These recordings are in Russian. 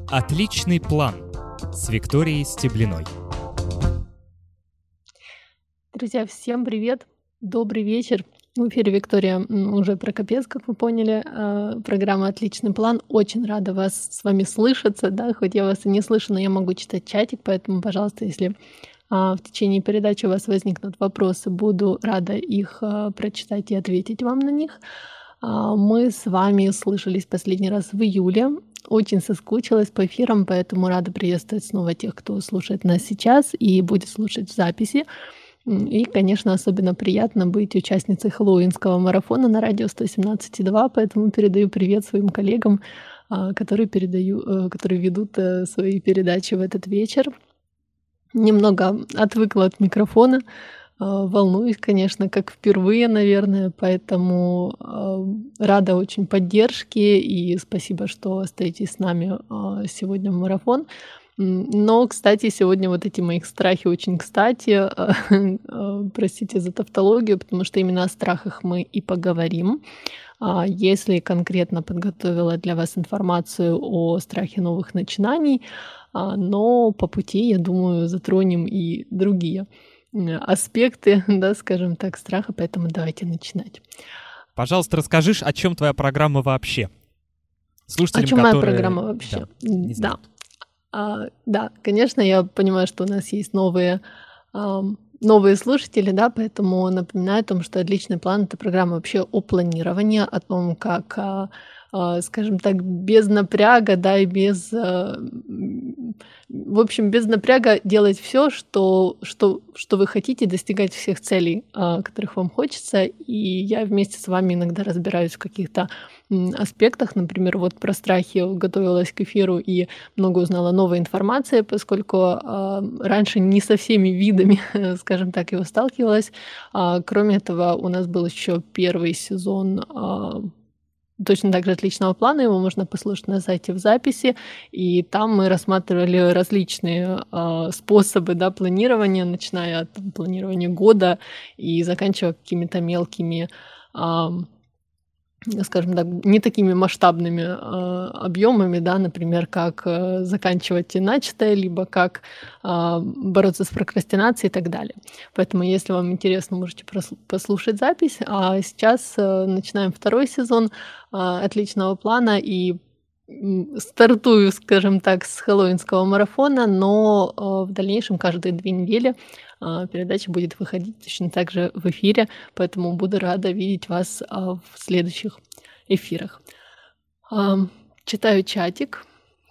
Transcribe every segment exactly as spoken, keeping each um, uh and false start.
Отличный план с Викторией Стеблиной. Друзья, всем привет! Добрый вечер! В эфире Виктория уже Прокопец, как вы поняли, программа «Отличный план». Очень рада вас с вами слышаться, да, хоть я вас и не слышу, но я могу читать чатик, поэтому, пожалуйста, если в течение передачи у вас возникнут вопросы, буду рада их прочитать и ответить вам на них. Мы с вами слышались последний раз в июле. Очень соскучилась по эфирам, поэтому рада приветствовать снова тех, кто слушает нас сейчас и будет слушать в записи. И, конечно, особенно приятно быть участницей хэллоуинского марафона на радио сто семнадцать и два, поэтому передаю привет своим коллегам, которые, передаю, которые ведут свои передачи в этот вечер. Немного отвыкла от микрофона, волнуюсь, конечно, как впервые, наверное, поэтому рада очень поддержке и спасибо, что остаетесь с нами сегодня в марафон. Но, кстати, сегодня вот эти мои страхи очень кстати, простите за тавтологию, потому что именно о страхах мы и поговорим. Если конкретно подготовила для вас информацию о страхе новых начинаний, но по пути, я думаю, затронем и другие аспекты, да, скажем так, страха, поэтому давайте начинать. Пожалуйста, расскажи, о чем твоя программа вообще? Слушателям, о чем которые... моя программа вообще? Да, да. А, да, конечно, я понимаю, что у нас есть новые, а, новые слушатели, да, поэтому напоминаю о том, что «Отличный план» — это программа вообще о планировании, о том, как, а, а, скажем так, без напряга, да, и без, а, в общем, без напряга делать все, что, что, что вы хотите, достигать всех целей, а, которых вам хочется. И я вместе с вами иногда разбираюсь в каких-то аспектах. Например, вот про страхи готовилась к эфиру и много узнала новой информации, поскольку э, раньше не со всеми видами, скажем так, его сталкивалась. А, кроме этого, у нас был еще первый сезон э, точно так же «Отличного плана», его можно послушать на сайте в записи, и там мы рассматривали различные э, способы, да, планирования, начиная от там, планирования года и заканчивая какими-то мелкими э, скажем так, не такими масштабными э, объемами, да, например, как э, заканчивать начатое, либо как э, бороться с прокрастинацией и так далее. Поэтому, если вам интересно, можете послушать запись. А сейчас э, начинаем второй сезон э, «Отличного плана» и стартую, скажем так, с хэллоуинского марафона, но э, в дальнейшем каждые две недели передача будет выходить точно так же в эфире, поэтому буду рада видеть вас в следующих эфирах. Читаю чатик.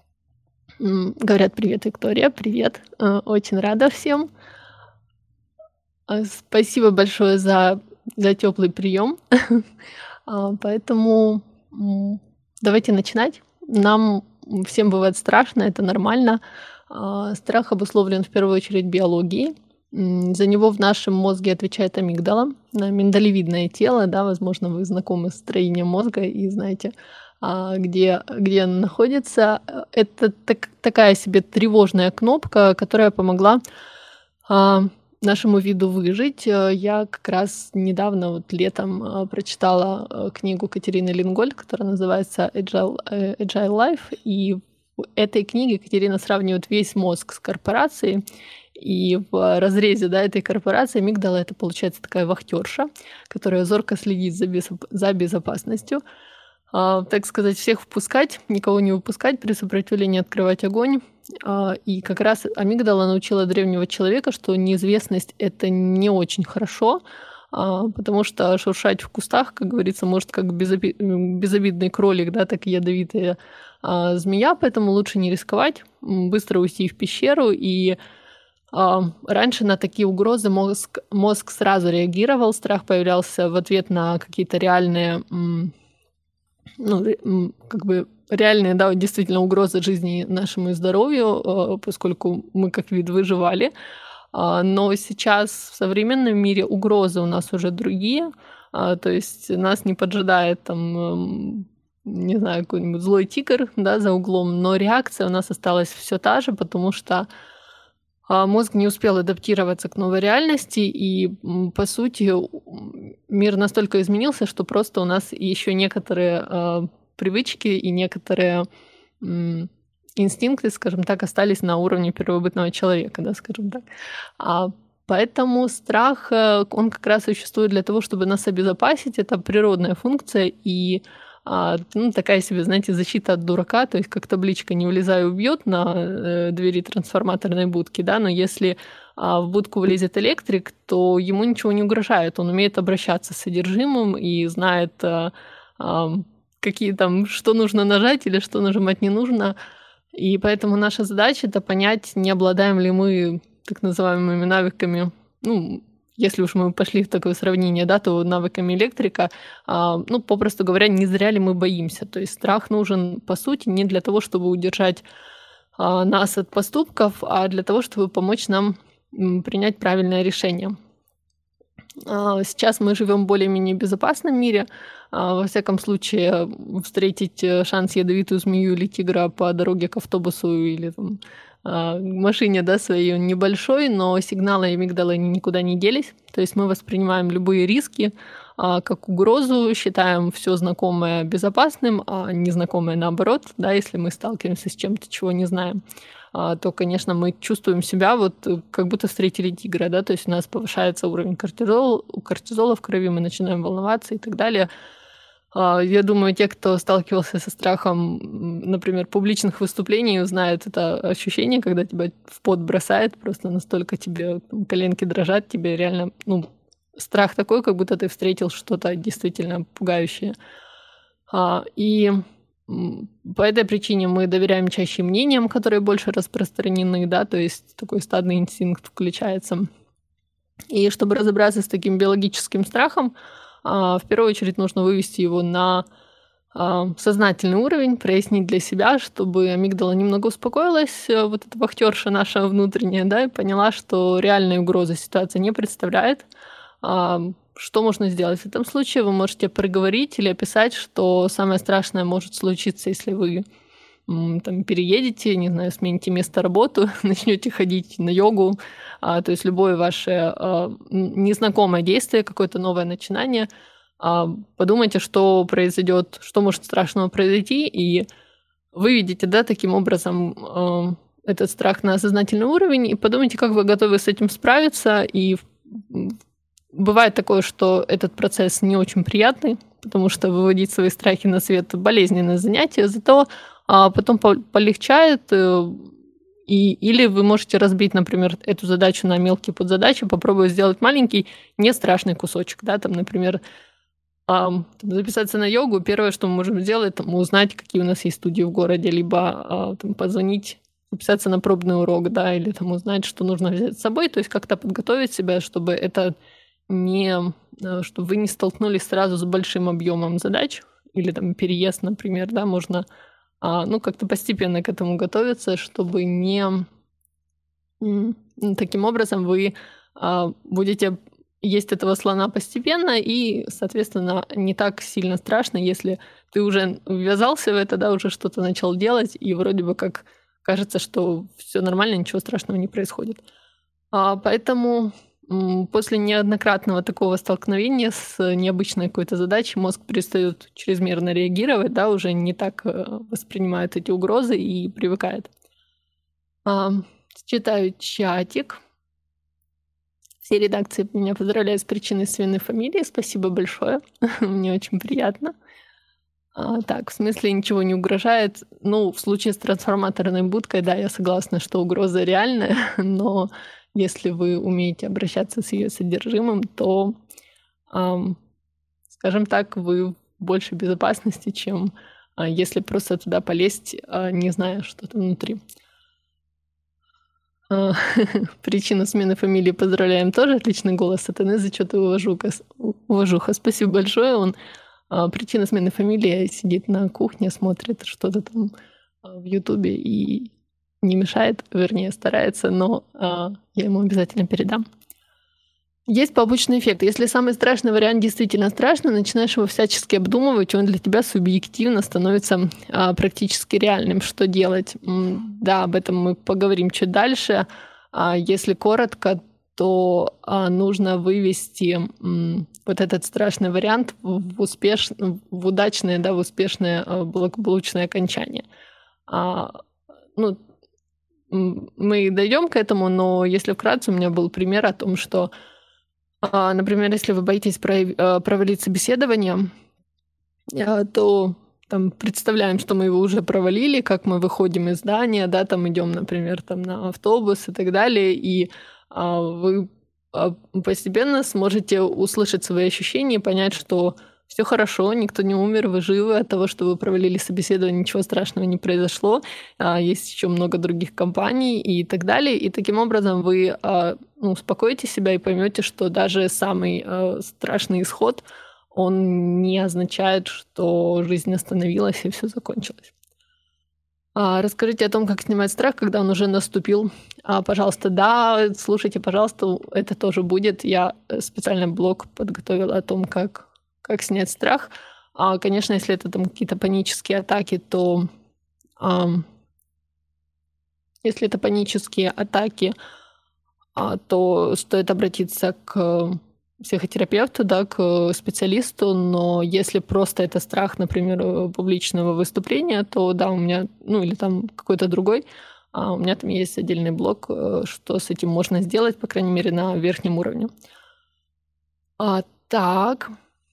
Говорят: привет, Виктория, привет. Очень рада всем. Спасибо большое за, за теплый прием. Поэтому давайте начинать. Нам всем бывает страшно, это нормально. Страх обусловлен в первую очередь биологией. За него в нашем мозге отвечает амигдала, миндалевидное тело, да, возможно, вы знакомы с строением мозга и знаете, где, где она находится. Это так, такая себе тревожная кнопка, которая помогла нашему виду выжить. Я как раз недавно, вот летом, прочитала книгу Катерины Линголь, которая называется Agile, Agile Life, и в этой книге Катерина сравнивает весь мозг с корпорацией. И в разрезе, да, этой корпорации амигдала — это, получается, такая вахтерша, которая зорко следит за, безоп- за безопасностью. А, так сказать, всех впускать, никого не выпускать, при сопротивлении открывать огонь. А, и как раз амигдала научила древнего человека, что неизвестность — это не очень хорошо, а, потому что шуршать в кустах, как говорится, может как безоби- безобидный кролик, да, так и ядовитая а, змея, поэтому лучше не рисковать, быстро уйти в пещеру. И раньше на такие угрозы мозг, мозг сразу реагировал, страх появлялся в ответ на какие-то реальные, ну, как бы реальные, да, действительно угрозы жизни нашему здоровью, поскольку мы как вид выживали. Но сейчас в современном мире угрозы у нас уже другие, то есть нас не поджидает там, не знаю, какой-нибудь злой тигр, да, за углом, но реакция у нас осталась все та же, потому что мозг не успел адаптироваться к новой реальности, и, по сути, мир настолько изменился, что просто у нас еще некоторые э, привычки и некоторые м, инстинкты, скажем так, остались на уровне первобытного человека, да, скажем так. А, поэтому страх, э, он как раз существует для того, чтобы нас обезопасить. Это природная функция и а, ну, такая себе, знаете, защита от дурака, то есть как табличка «не влезай, убьет» на э, двери трансформаторной будки, да, но если а, в будку влезет электрик, то ему ничего не угрожает, он умеет обращаться с содержимым и знает, а, а, какие там, что нужно нажать или что нажимать не нужно, и поэтому наша задача — это понять, не обладаем ли мы так называемыми навыками, ну, если уж мы пошли в такое сравнение, да, то навыками электрика, а, ну, попросту говоря, не зря ли мы боимся. То есть страх нужен, по сути, не для того, чтобы удержать а, нас от поступков, а для того, чтобы помочь нам м, принять правильное решение. А, сейчас мы живем в более-менее безопасном мире. А, во всяком случае, встретить э, шанс ядовитую змею или тигра по дороге к автобусу или там, а, машине, да, своей, он небольшой, но сигналы амигдалы никуда не делись. То есть мы воспринимаем любые риски а, как угрозу, считаем все знакомое безопасным, а незнакомое наоборот. Да, если мы сталкиваемся с чем-то, чего не знаем, а, то, конечно, мы чувствуем себя вот как будто встретили тигра, да, то есть у нас повышается уровень кортизола, кортизола в крови, мы начинаем волноваться и так далее. Я думаю, те, кто сталкивался со страхом, например, публичных выступлений, узнают это ощущение, когда тебя в пот бросает, просто настолько тебе там, коленки дрожат, тебе реально, ну, страх такой, как будто ты встретил что-то действительно пугающее. И по этой причине мы доверяем чаще мнениям, которые больше распространены, да, то есть такой стадный инстинкт включается. И чтобы разобраться с таким биологическим страхом, в первую очередь нужно вывести его на сознательный уровень, прояснить для себя, чтобы амигдала немного успокоилась, вот эта вахтерша наша внутренняя, да, и поняла, что реальной угрозы ситуация не представляет. Что можно сделать? В этом случае вы можете проговорить или описать, что самое страшное может случиться, если вы там, переедете, не знаю, смените место работы, начнете ходить на йогу, а, то есть любое ваше а, незнакомое действие, какое-то новое начинание, а, подумайте, что произойдет, что может страшного произойти, и выведите, да, таким образом а, этот страх на сознательный уровень, и подумайте, как вы готовы с этим справиться. И бывает такое, что этот процесс не очень приятный, потому что выводить свои страхи на свет — болезненное занятие, зато а потом полегчает, и, или вы можете разбить, например, эту задачу на мелкие подзадачи, попробовать сделать маленький, не страшный кусочек, да, там, например, там, записаться на йогу, первое, что мы можем сделать, там, узнать, какие у нас есть студии в городе, либо там, позвонить, записаться на пробный урок, да, или там узнать, что нужно взять с собой, то есть как-то подготовить себя, чтобы это не, чтобы вы не столкнулись сразу с большим объемом задач, или там переезд, например, да, можно ну, как-то постепенно к этому готовиться, чтобы не... Таким образом вы будете есть этого слона постепенно, и, соответственно, не так сильно страшно, если ты уже ввязался в это, да, уже что-то начал делать, и вроде бы как кажется, что все нормально, ничего страшного не происходит. Поэтому после неоднократного такого столкновения с необычной какой-то задачей мозг перестает чрезмерно реагировать, да, уже не так воспринимает эти угрозы и привыкает. Читаю чатик. Все редакции меня поздравляют с причиной смены фамилии. Спасибо большое. Мне очень приятно. Так, в смысле ничего не угрожает? Ну, в случае с трансформаторной будкой, да, я согласна, что угроза реальная, но если вы умеете обращаться с ее содержимым, то, эм, скажем так, вы в большей безопасности, чем э, если просто туда полезть, э, не зная, что там внутри. Э, причина смены фамилии поздравляем тоже. Отличный голос сатаны, за что-то уважуха. уважуха. Спасибо большое. Он э, причина смены фамилии сидит на кухне, смотрит что-то там в Ютубе и не мешает, вернее, старается, но э, я ему обязательно передам. Есть побочный эффект. Если самый страшный вариант действительно страшный, начинаешь его всячески обдумывать, он для тебя субъективно становится э, практически реальным. Что делать? Да, об этом мы поговорим чуть дальше. А если коротко, то э, нужно вывести э, вот этот страшный вариант в, успеш... в удачное, да, в успешное э, благополучное окончание. ну, мы дойдем к этому, но если вкратце, у меня был пример о том, что, например, если вы боитесь провалить собеседование, то там представляем, что мы его уже провалили, как мы выходим из здания, да, там идем, например, там на автобус и так далее, и вы постепенно сможете услышать свои ощущения и понять, что все хорошо, никто не умер, вы живы, от того, что вы провалили собеседование, ничего страшного не произошло, есть еще много других компаний и так далее. И таким образом вы ну, успокоите себя и поймете, что даже самый страшный исход, он не означает, что жизнь остановилась и все закончилось. Расскажите о том, как снимать страх, когда он уже наступил. Пожалуйста, да, слушайте, пожалуйста, это тоже будет. Я специально блог подготовила о том, как как снять страх. А, конечно, если это там какие-то панические атаки, то а, если это панические атаки, а, то стоит обратиться к психотерапевту, да, к специалисту. Но если просто это страх, например, публичного выступления, то да, у меня, ну или там какой-то другой, а у меня там есть отдельный блог, что с этим можно сделать, по крайней мере, на верхнем уровне. А, так.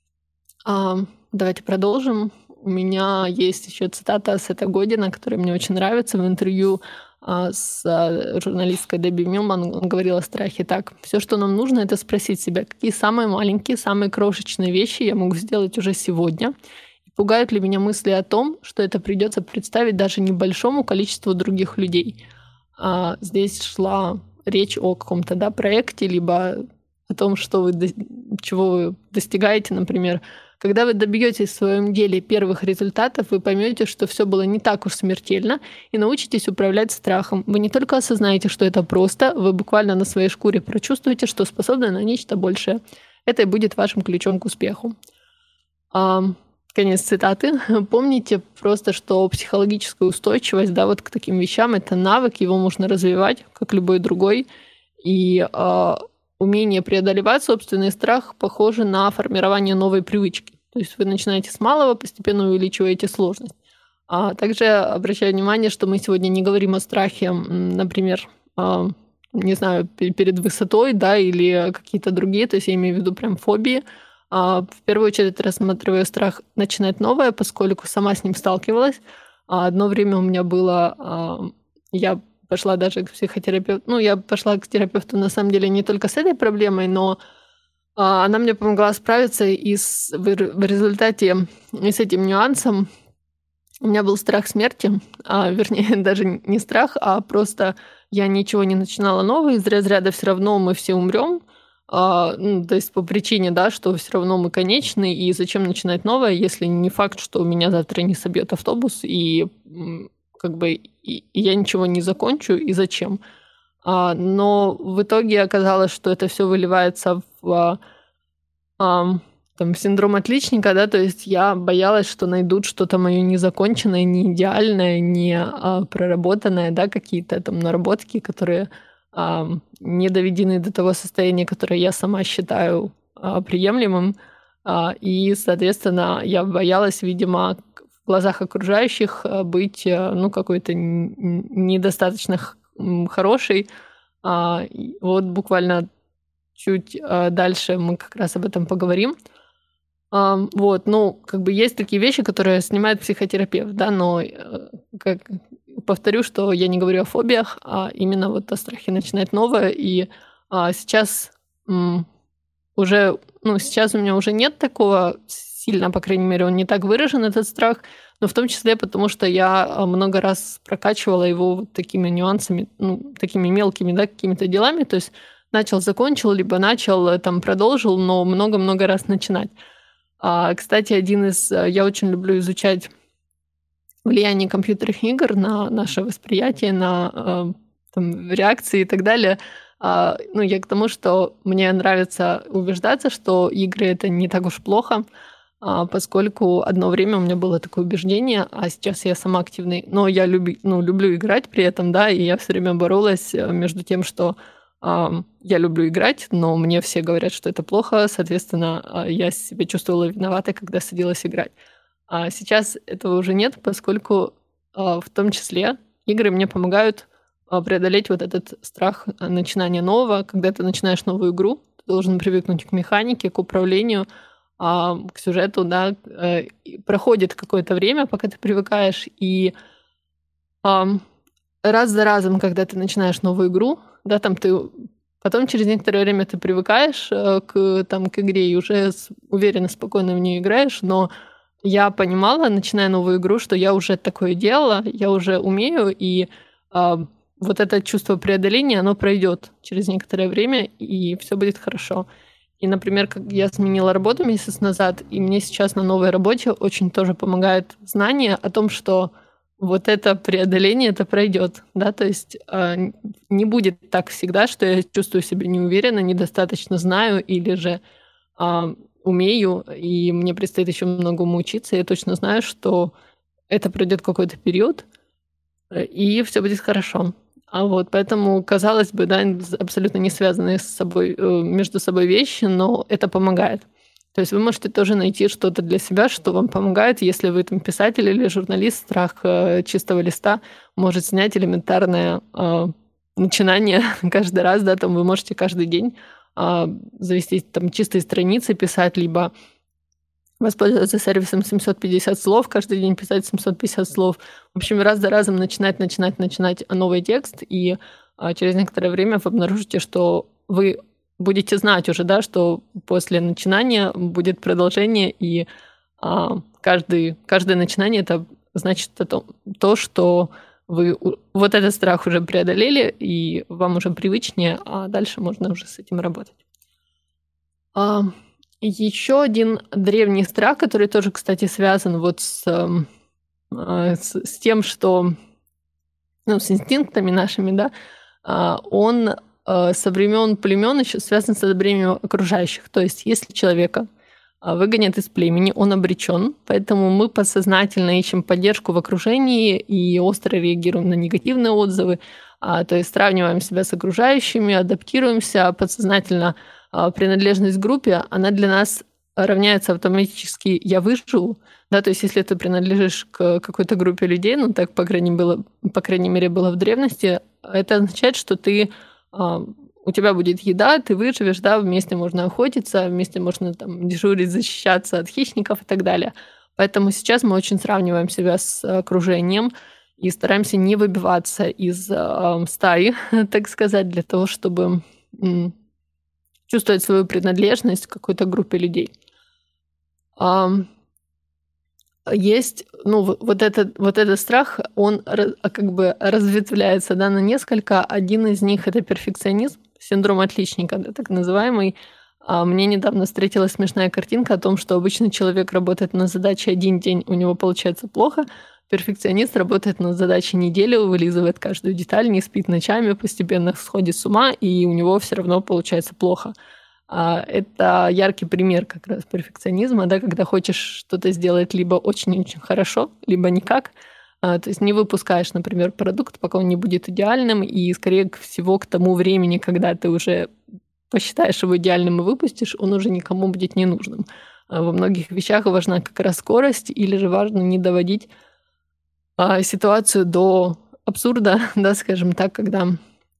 Давайте продолжим. У меня есть еще цитата Сета Година, которая мне очень нравится. В интервью с журналисткой Дебби Милман он говорил о страхе так. Все, что нам нужно, это спросить себя, какие самые маленькие, самые крошечные вещи я могу сделать уже сегодня. И пугают ли меня мысли о том, что это придется представить даже небольшому количеству других людей. Здесь шла речь о каком-то да, проекте, либо о том, что вы, чего вы достигаете, например. Когда вы добьетесь в своем деле первых результатов, вы поймете, что все было не так уж смертельно, и научитесь управлять страхом. Вы не только осознаете, что это просто, вы буквально на своей шкуре прочувствуете, что способны на нечто большее. Это и будет вашим ключом к успеху. А, конец цитаты. Помните просто, что психологическая устойчивость, да, вот к таким вещам, это навык, его можно развивать, как любой другой. И а, умение преодолевать собственный страх похоже на формирование новой привычки. То есть вы начинаете с малого, постепенно увеличиваете сложность. А также обращаю внимание, что мы сегодня не говорим о страхе, например, не знаю, перед высотой, да, или какие-то другие, то есть я имею в виду прям фобии. В первую очередь рассматриваю страх начинать новое, поскольку сама с ним сталкивалась. Одно время у меня было, я пошла даже к психотерапевту. Ну, я пошла к терапевту, на самом деле, не только с этой проблемой, но а, она мне помогла справиться, и с, в, в результате и с этим нюансом у меня был страх смерти, а, вернее, даже не страх, а просто я ничего не начинала новое, из разряда все равно мы все умрем, а, ну, то есть по причине, да, что все равно мы конечны, и зачем начинать новое, если не факт, что меня завтра не собьет автобус, и как бы и я ничего не закончу, и зачем. А, но в итоге оказалось, что это все выливается в а, там, синдром отличника, да, то есть я боялась, что найдут что-то мое незаконченное, не идеальное, не а, проработанное, да, какие-то там наработки, которые а, не доведены до того состояния, которое я сама считаю а, приемлемым. А, и, соответственно, я боялась, видимо, в глазах окружающих быть, ну, какой-то недостаточно хорошей. Вот буквально чуть дальше мы как раз об этом поговорим. Вот, ну, как бы есть такие вещи, которые снимает психотерапевт, да, но как, повторю, что я не говорю о фобиях, а именно вот о страхе начинать новое. И сейчас уже, ну, сейчас у меня уже нет такого сильно, по крайней мере, он не так выражен, этот страх, но в том числе потому, что я много раз прокачивала его вот такими нюансами, ну, такими мелкими, да, какими-то делами, то есть начал, закончил, либо начал, там, продолжил, но много-много раз начинать. А, кстати, один из... Я очень люблю изучать влияние компьютерных игр на наше восприятие, на там, реакции и так далее. А, ну, я к тому, что мне нравится убеждаться, что игры — это не так уж плохо, поскольку одно время у меня было такое убеждение, а сейчас я сама активный, но я люби, ну, люблю играть при этом, да, и я все время боролась между тем, что э, я люблю играть, но мне все говорят, что это плохо, соответственно, я себя чувствовала виноватой, когда садилась играть. А сейчас этого уже нет, поскольку э, в том числе игры мне помогают а, преодолеть вот этот страх а, начинания нового. Когда ты начинаешь новую игру, ты должен привыкнуть к механике, к управлению, а, к сюжету, да. э, и Проходит какое-то время, пока ты привыкаешь, и ам, раз за разом, когда ты начинаешь новую игру, да, там ты потом через некоторое время ты привыкаешь э, к, там, к игре и уже с- уверенно, спокойно в нее играешь, но я понимала, начиная новую игру, что я уже такое делала, я уже умею, и а, вот это чувство преодоления, оно пройдет через некоторое время, и все будет хорошо. И, например, как я сменила работу месяц назад, и мне сейчас на новой работе очень тоже помогает знание о том, что вот это преодоление, это пройдет, да, то есть а, н- не будет так всегда, что я чувствую себя неуверенно, недостаточно знаю или же а, умею, и мне предстоит еще многому учиться. Я точно знаю, что это пройдет какой-то период, э, и все будет хорошо. А вот поэтому, казалось бы, да, абсолютно не связанные с собой, э, между собой вещи, но это помогает. То есть вы можете тоже найти что-то для себя, что вам помогает, если вы там писатель или журналист, страх э, чистого листа может снять элементарное э, начинание каждый раз, да, там вы можете каждый день а, завести там чистые страницы, писать, либо воспользоваться сервисом семьсот пятьдесят слов, каждый день писать семьсот пятьдесят слов. В общем, раз за разом начинать, начинать, начинать новый текст, и а, через некоторое время вы обнаружите, что вы будете знать уже, да, что после начинания будет продолжение, и а, каждый, каждое начинание это значит то, то, что вы у- вот этот страх уже преодолели, и вам уже привычнее, а дальше можно уже с этим работать. А, еще один древний страх, который тоже, кстати, связан вот с, эм, а, с, с тем, что, ну, с инстинктами нашими, да, а, он э, со времен племен еще связан с одобрением окружающих. То есть, если человека а, выгонят из племени, он обречен, поэтому мы подсознательно ищем поддержку в окружении и остро реагируем на негативные отзывы, а, то есть сравниваем себя с окружающими, адаптируемся, подсознательно а, принадлежность к группе, она для нас равняется автоматически «я выживу», да, то есть если ты принадлежишь к какой-то группе людей, ну так, по крайней, было, по крайней мере, было в древности, это означает, что ты а, у тебя будет еда, ты выживешь, да, вместе можно охотиться, вместе можно там дежурить, защищаться от хищников и так далее. Поэтому сейчас мы очень сравниваем себя с окружением и стараемся не выбиваться из э, стаи, так сказать, для того, чтобы м, чувствовать свою принадлежность к какой-то группе людей. Ам, Есть, ну, в- вот этот, вот этот страх, он ра- а, как бы разветвляется, да, на несколько. Один из них — это перфекционизм, синдром отличника, да, так называемый. А Мне недавно встретилась смешная картинка о том, что обычно человек работает на задаче один день, у него получается плохо. Перфекционист работает над задачей неделю, вылизывает каждую деталь, не спит ночами, постепенно сходит с ума, и у него все равно получается плохо. А, Это яркий пример как раз перфекционизма, да, когда хочешь что-то сделать либо очень-очень хорошо, либо никак. А, То есть не выпускаешь, например, продукт, пока он не будет идеальным, и, скорее всего, к тому времени, когда ты уже посчитаешь его идеальным и выпустишь, он уже никому будет не нужным. А Во многих вещах важна как раз скорость, или же важно не доводить а, ситуацию до абсурда, да, скажем так, когда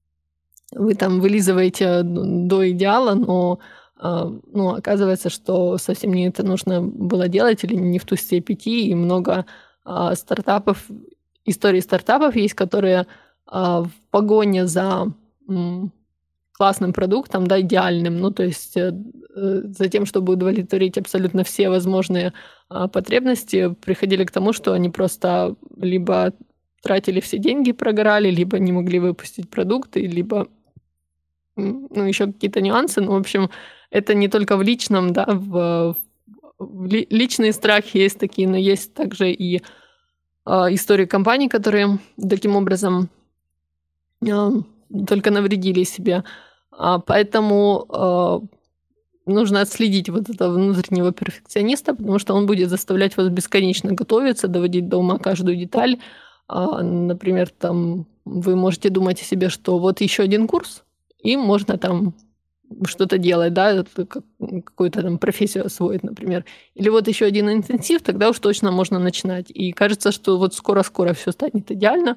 вы там вылизываете до идеала, но а, ну, оказывается, что совсем не это нужно было делать или не в ту степь идти, и много а, стартапов, истории стартапов есть, которые а, в погоне за м, классным продуктом, да, идеальным, ну, то есть э, э, за тем, чтобы удовлетворить абсолютно все возможные а, потребности, приходили к тому, что они просто либо тратили все деньги, прогорали, либо не могли выпустить продукты, либо М, ну, еще какие-то нюансы. Ну, в общем, это не только в личном, да, в, в ли- личные страхи есть такие, но есть также и а, истории компаний, которые таким образом а, только навредили себе. А, поэтому а, нужно отследить вот этого внутреннего перфекциониста, потому что он будет заставлять вас бесконечно готовиться, доводить до ума каждую деталь. А, например, там вы можете думать о себе, что вот еще один курс, и можно там что-то делать, да, это как- какую-то там профессию освоить, например. Или вот еще один интенсив, тогда уж точно можно начинать. И кажется, что вот скоро-скоро все станет идеально,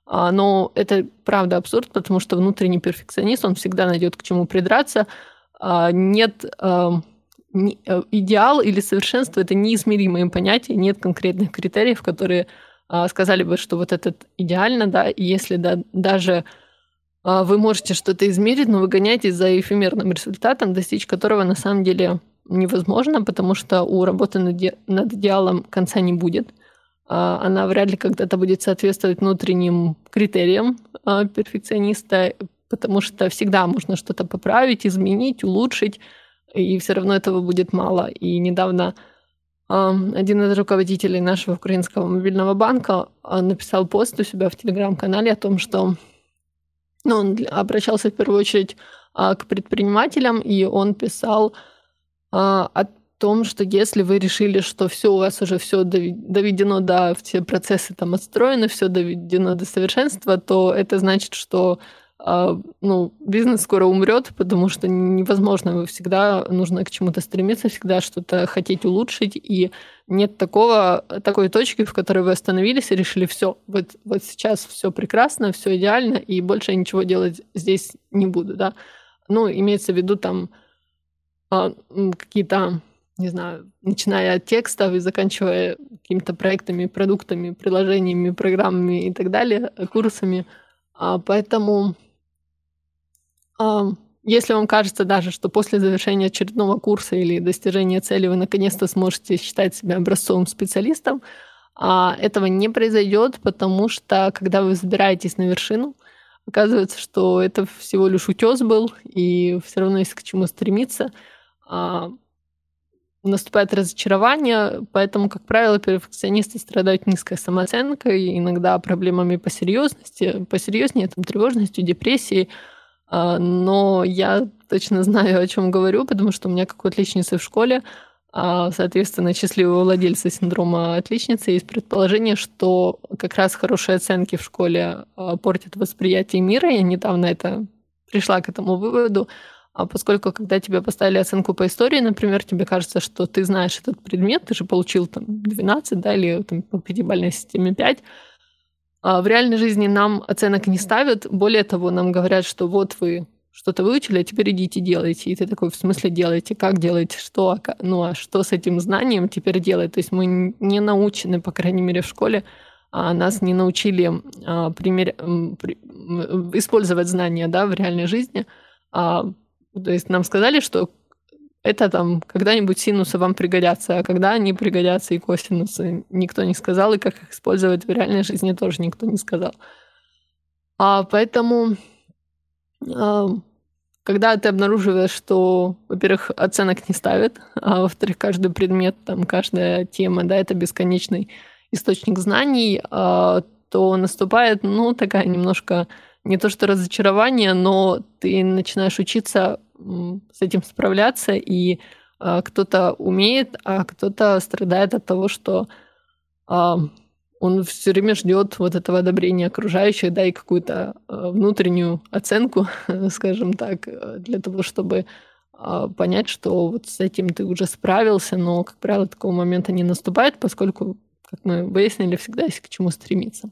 А, но это правда абсурд, потому что внутренний перфекционист, он всегда найдет к чему придраться. А, нет а, не, а, идеал или совершенство — это неизмеримые понятия, нет конкретных критериев, которые а, сказали бы, что вот этот идеально, да, и если да, даже а, вы можете что-то измерить, но вы гоняетесь за эфемерным результатом, достичь которого на самом деле невозможно, потому что у работы над, иде- над идеалом конца не будет. А, она вряд ли когда-то будет соответствовать внутренним критериям а, перфекциониста, потому что всегда можно что-то поправить, изменить, улучшить, и все равно этого будет мало. И недавно а, один из руководителей нашего украинского мобильного банка а, написал пост у себя в телеграм-канале о том, что ну, он для- обращался в первую очередь а, к предпринимателям, и он писал а, о том, что если вы решили, что все у вас уже все доведено до, все процессы там отстроены, все доведено до совершенства, то это значит, что а, ну, бизнес скоро умрет, потому что невозможно, вы всегда нужно к чему-то стремиться, всегда что-то хотеть улучшить, и нет такого, такой точки, в которой вы остановились и решили, все, вот, вот сейчас все прекрасно, все идеально, и больше я ничего делать здесь не буду, да. Ну, имеется в виду там а, м, какие-то, не знаю, начиная от текстов и заканчивая какими-то проектами, продуктами, приложениями, программами и так далее, э, курсами. А, Поэтому, а, если вам кажется даже, что после завершения очередного курса или достижения цели вы наконец-то сможете считать себя образцовым специалистом, а, этого не произойдет, потому что когда вы забираетесь на вершину, оказывается, что это всего лишь утес был, и все равно есть к чему стремиться. А, Наступает разочарование, поэтому, как правило, перфекционисты страдают низкой самооценкой, иногда проблемами по серьезности, посерьезнее, там, тревожностью, депрессией. А, Но я точно знаю, о чем говорю, потому что у меня, как у отличницы в школе, а, соответственно, счастливого владельца синдрома отличницы, есть предположение, что как раз хорошие оценки в школе а, портят восприятие мира. Я недавно это пришла к этому выводу. А поскольку, когда тебе поставили оценку по истории, например, тебе кажется, что ты знаешь этот предмет, ты же получил там двенадцать, да, или там, по пятибалльной системе пять, а в реальной жизни нам оценок не ставят. Более того, нам говорят, что вот вы что-то выучили, а теперь идите делайте. И ты такой, в смысле делаете? Как делаете? Что? А ка- Ну, а что с этим знанием теперь делать? То есть мы н- не научены, по крайней мере, в школе, а нас не научили а, пример- м, при- м, использовать знания, да, в реальной жизни. А, То есть нам сказали, что это там когда-нибудь синусы вам пригодятся, а когда они пригодятся и косинусы, никто не сказал, и как их использовать в реальной жизни тоже никто не сказал. А поэтому, а, когда ты обнаруживаешь, что, во-первых, оценок не ставят, а во-вторых, каждый предмет, там, каждая тема, да, это бесконечный источник знаний, а, то наступает, ну, такая немножко не то что разочарование, но ты начинаешь учиться м, с этим справляться, и а, кто-то умеет, а кто-то страдает от того, что а, он все время ждет вот этого одобрения окружающих, да, и какую-то а, внутреннюю оценку, скажем так, э, для того, чтобы а, понять, что вот с этим ты уже справился, но, как правило, такого момента не наступает, поскольку, как мы выяснили, всегда есть к чему стремиться.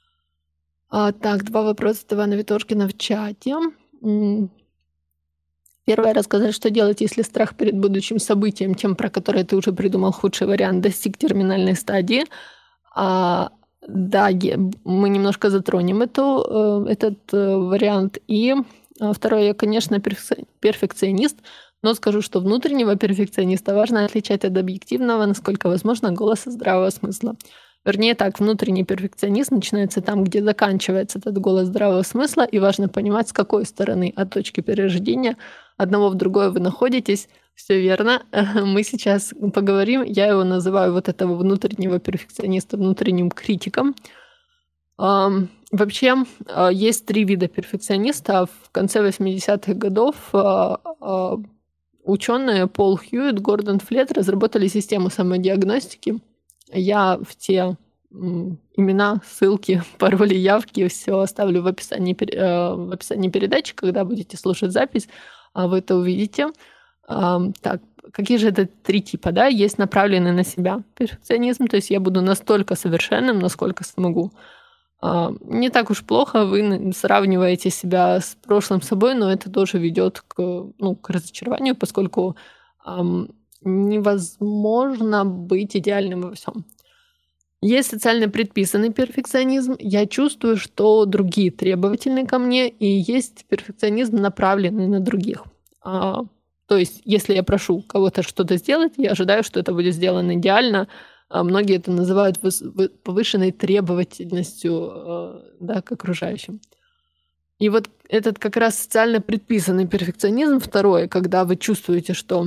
А, так, два вопроса от Ивана Виторкина в чате. М, Первое — рассказать, что делать, если страх перед будущим событием, тем, про которое ты уже придумал худший вариант, достиг терминальной стадии. А, да, е- мы немножко затронем эту, э, этот э, вариант. И а, второе, я, конечно, перфекци- перфекционист, но скажу, что внутреннего перфекциониста важно отличать от объективного, насколько возможно, голоса здравого смысла. Вернее так, внутренний перфекционизм начинается там, где заканчивается этот голос здравого смысла, и важно понимать, с какой стороны от точки перерождения одного в другое вы находитесь. Все верно. Мы сейчас поговорим. Я его называю вот этого внутреннего перфекциониста внутренним критиком. Ам, Вообще, а, есть три вида перфекциониста. В конце восьмидесятых годов а, а, ученые Пол Хьюитт, Гордон Флет разработали систему самодиагностики. Я в те м, имена, ссылки, пароли, явки все оставлю в описании, пер- э, в описании передачи, когда будете слушать запись, а вы это увидите. Ам, Так, какие же это три типа, да? Есть направленный на себя перфекционизм, то есть я буду настолько совершенным, насколько смогу. а, не так уж плохо, вы н- сравниваете себя с прошлым собой, но это тоже ведет к, ну, к разочарованию, поскольку ам, невозможно быть идеальным во всем. Есть социально предписанный перфекционизм. Я чувствую, что другие требовательны ко мне, и есть перфекционизм, направленный на других. А, то есть, если я прошу кого-то что-то сделать, я ожидаю, что это будет сделано идеально. А многие это называют выс- вы- повышенной требовательностью, э, да, к окружающим. И вот этот как раз социально предписанный перфекционизм, второе, когда вы чувствуете, что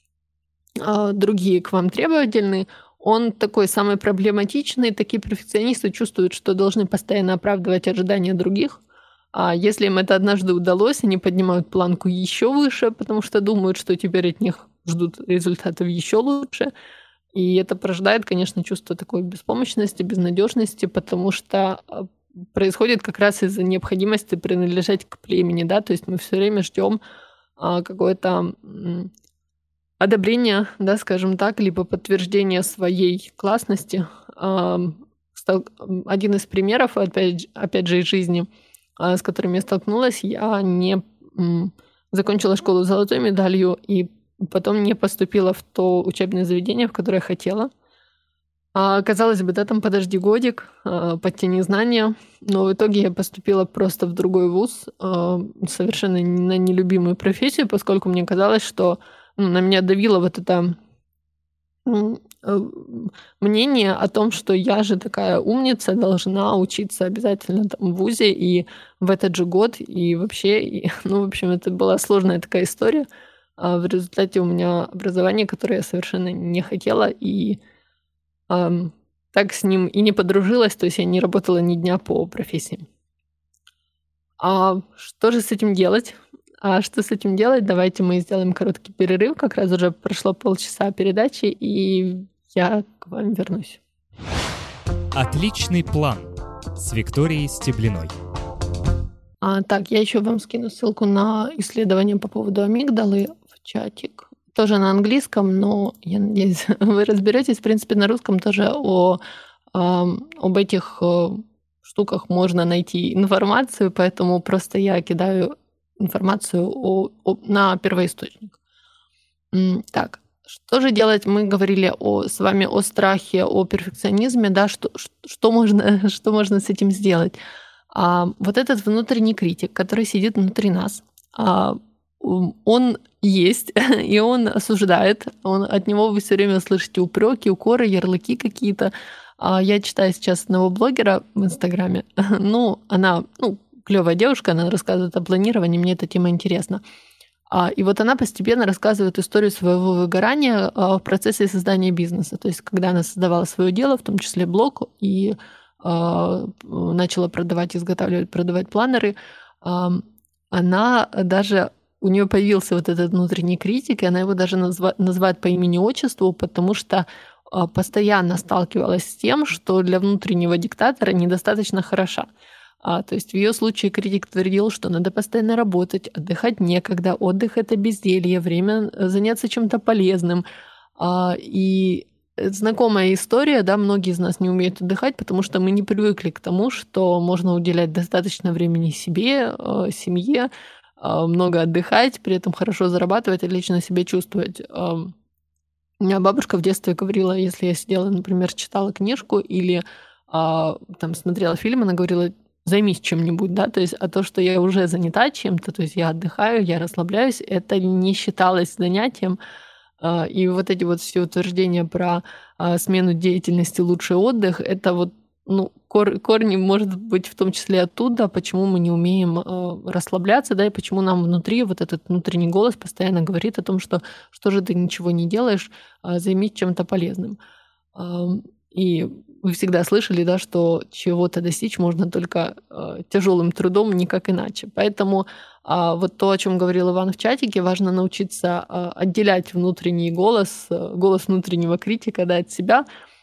а, другие к вам требовательны, он такой самый проблематичный. Такие перфекционисты чувствуют, что должны постоянно оправдывать ожидания других. А если им это однажды удалось, они поднимают планку еще выше, потому что думают, что теперь от них ждут результатов еще лучше. И это порождает, конечно, чувство такой беспомощности, безнадежности, потому что а, происходит как раз из-за необходимости принадлежать к племени, да, то есть мы все время ждем какое-то м, одобрение, да, скажем так, либо подтверждение своей классности. Ам, стал- м, Один из примеров, опять, же- опять же, из жизни, а, с которыми я столкнулась, я не м, закончила школу с золотой медалью и потом не поступила в то учебное заведение, в которое хотела. А, казалось бы, да, там подожди годик, а, подтяни знания, но в итоге я поступила просто в другой вуз, а, совершенно на нелюбимую профессию, поскольку мне казалось, что ну, на меня давило вот это м, э, мнение о том, что я же такая умница, должна учиться обязательно там в вузе и в этот же год, и вообще, и, ну, в общем, это была сложная такая история. А в результате у меня образование, которое я совершенно не хотела, и ам, так с ним и не подружилась, то есть я не работала ни дня по профессии. А что же с этим делать? А что с этим делать? Давайте мы сделаем короткий перерыв. Как раз уже прошло полчаса передачи, и я к вам вернусь. Отличный план с Викторией Стеблиной. А, так, я еще вам скину ссылку на исследование по поводу амигдалы в чатик. Тоже на английском, но я надеюсь, вы разберетесь. В принципе, на русском тоже о, ам, об этих э, штуках можно найти информацию, поэтому просто я кидаю информацию о, о- на первоисточник. М, Так, что же делать? Мы говорили о, с вами о страхе, о перфекционизме, да, что, ш- что, можно, что можно с этим сделать? А, вот этот внутренний критик, который сидит внутри нас, а, ум, он есть, и он осуждает, он, от него вы все время слышите упреки, укоры, ярлыки какие-то. А, я читаю сейчас одного блогера в Инстаграме, ну, она, ну, клевая девушка, она рассказывает о планировании, мне эта тема интересна. А, И вот она постепенно рассказывает историю своего выгорания а, в процессе создания бизнеса. То есть, когда она создавала свое дело, в том числе блог, и а, начала продавать, изготавливать, продавать планеры, ам, она даже у нее появился вот этот внутренний критик, и она его даже назва- называет по имени-отчеству, потому что а, постоянно сталкивалась с тем, что для внутреннего диктатора недостаточно хороша. А, то есть в ее случае критик твердил, что надо постоянно работать, отдыхать некогда, отдых это безделье, время э, заняться чем-то полезным. А, и э, знакомая история, да, многие из нас не умеют отдыхать, потому что мы не привыкли к тому, что можно уделять достаточно времени себе, э, семье, а, много отдыхать, при этом хорошо зарабатывать, отлично себя чувствовать. Ам, У меня бабушка в детстве говорила, если я сидела, например, читала книжку или а, там смотрела фильм, она говорила, займись чем-нибудь, да, то есть, а то, что я уже занята чем-то, то есть я отдыхаю, я расслабляюсь, это не считалось занятием. А, И вот эти вот все утверждения про а, смену деятельности, лучший отдых, это вот, ну, кор- корни, может быть, в том числе оттуда, почему мы не умеем а, расслабляться, да, и почему нам внутри вот этот внутренний голос постоянно говорит о том, что что же ты ничего не делаешь, а, займись чем-то полезным. Ам, И вы всегда слышали, да, что чего-то достичь можно только тяжелым трудом, никак иначе. Поэтому а, вот то, о чем говорил Иван в чатике, важно научиться а, отделять внутренний голос, э, голос внутреннего критика, да, от себя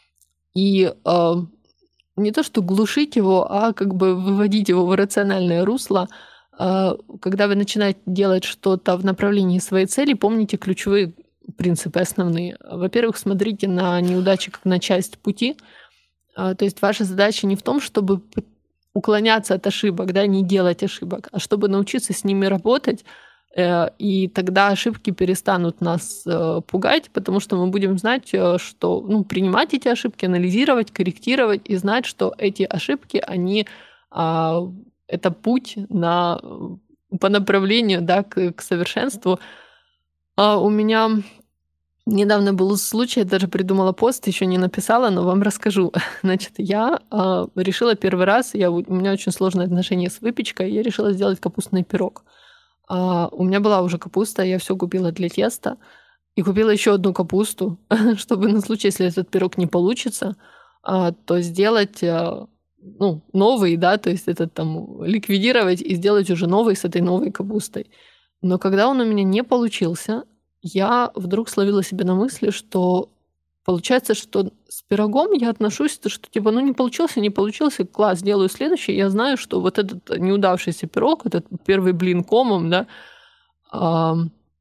и а, не то что глушить его, а как бы выводить его в рациональное русло. А, Когда вы начинаете делать что-то в направлении своей цели, помните ключевые принципы основные. Во-первых, смотрите на неудачи как на часть пути. А, То есть ваша задача не в том, чтобы п- уклоняться от ошибок, да, не делать ошибок, а чтобы научиться с ними работать, э, и тогда ошибки перестанут нас э, пугать, потому что мы будем знать, э, что, ну, принимать эти ошибки, анализировать, корректировать и знать, что эти ошибки, они э, это путь на, по направлению, да, к, к совершенству. А у меня недавно был случай, я даже придумала пост, еще не написала, но вам расскажу. Значит, я э, решила первый раз, я, у меня очень сложное отношение с выпечкой, я решила сделать капустный пирог. А, у меня была уже капуста, я все купила для теста, и купила еще одну капусту, чтобы на случай, если этот пирог не получится, а, то сделать а, ну, новый, да, то есть это там ликвидировать и сделать уже новый с этой новой капустой. Но когда он у меня не получился, я вдруг словила себя на мысли, что получается, что с пирогом я отношусь, что типа, ну не получился, не получился, класс, делаю следующий. Я знаю, что вот этот неудавшийся пирог, этот первый блин комом, да, а,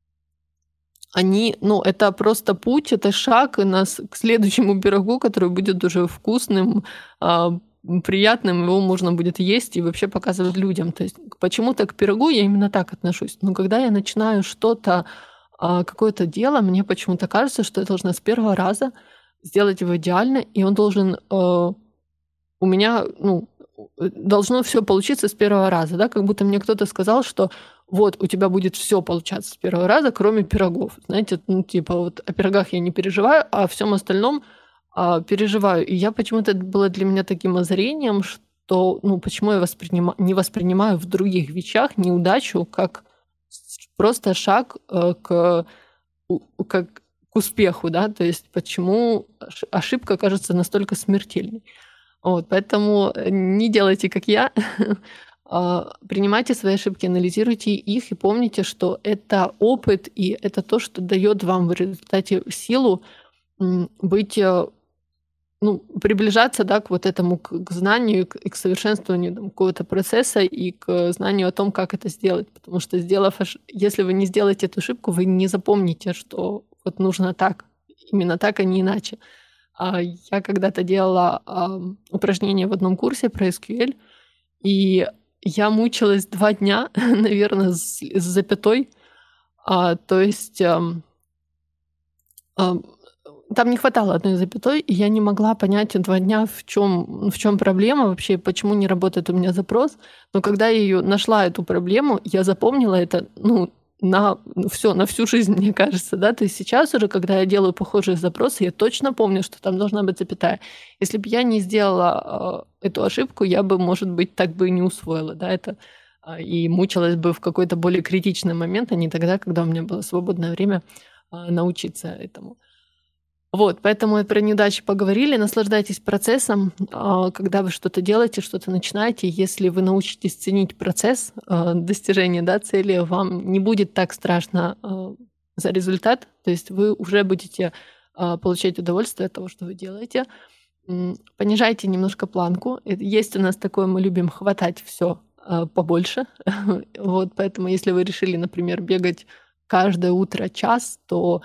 они, ну, это просто путь, это шаг нас к следующему пирогу, который будет уже вкусным, а, приятным, его можно будет есть и вообще показывать людям. То есть почему-то к пирогу я именно так отношусь. Но когда я начинаю что-то, какое-то дело, мне почему-то кажется, что я должна с первого раза сделать его идеально, и он должен э, у меня, ну, должно все получиться с первого раза, да, как будто мне кто-то сказал, что вот у тебя будет все получаться с первого раза, кроме пирогов, знаете, ну типа вот о пирогах я не переживаю, а о всем остальном э, переживаю, и я почему-то это было для меня таким озрением, что, ну, почему я воспринима... не воспринимаю в других вещах неудачу как просто шаг к, как, к успеху, да, то есть почему ошибка кажется настолько смертельной. Вот, поэтому не делайте, как я, принимайте свои ошибки, анализируйте их и помните, что это опыт и это то, что дает вам в результате силу быть, ну, приближаться, да, к вот этому, к, к знанию, к, к совершенствованию там, какого-то процесса и к знанию о том, как это сделать. Потому что, сделав, если вы не сделаете эту ошибку, вы не запомните, что вот нужно так, именно так, а не иначе. А я когда-то делала а, упражнение в одном курсе про эс кью эль, и я мучилась два дня, наверное, с, с запятой. А, то есть... А, а, Там не хватало одной запятой, и я не могла понять два дня, в чем в чем проблема вообще, почему не работает у меня запрос. Но когда я ее нашла, эту проблему, я запомнила это, ну, на все, на всю жизнь, мне кажется, да. То есть сейчас уже, когда я делаю похожие запросы, я точно помню, что там должна быть запятая. Если бы я не сделала э, эту ошибку, я бы, может быть, так бы и не усвоила, да, это э, и мучилась бы в какой-то более критичный момент, а не тогда, когда у меня было свободное время э, научиться этому. Вот, поэтому про неудачи поговорили. Наслаждайтесь процессом, когда вы что-то делаете, что-то начинаете. Если вы научитесь ценить процесс достижения, да, цели, вам не будет так страшно за результат. То есть вы уже будете получать удовольствие от того, что вы делаете. Понижайте немножко планку. Есть у нас такое, мы любим хватать все побольше. Вот, поэтому если вы решили, например, бегать каждое утро час, то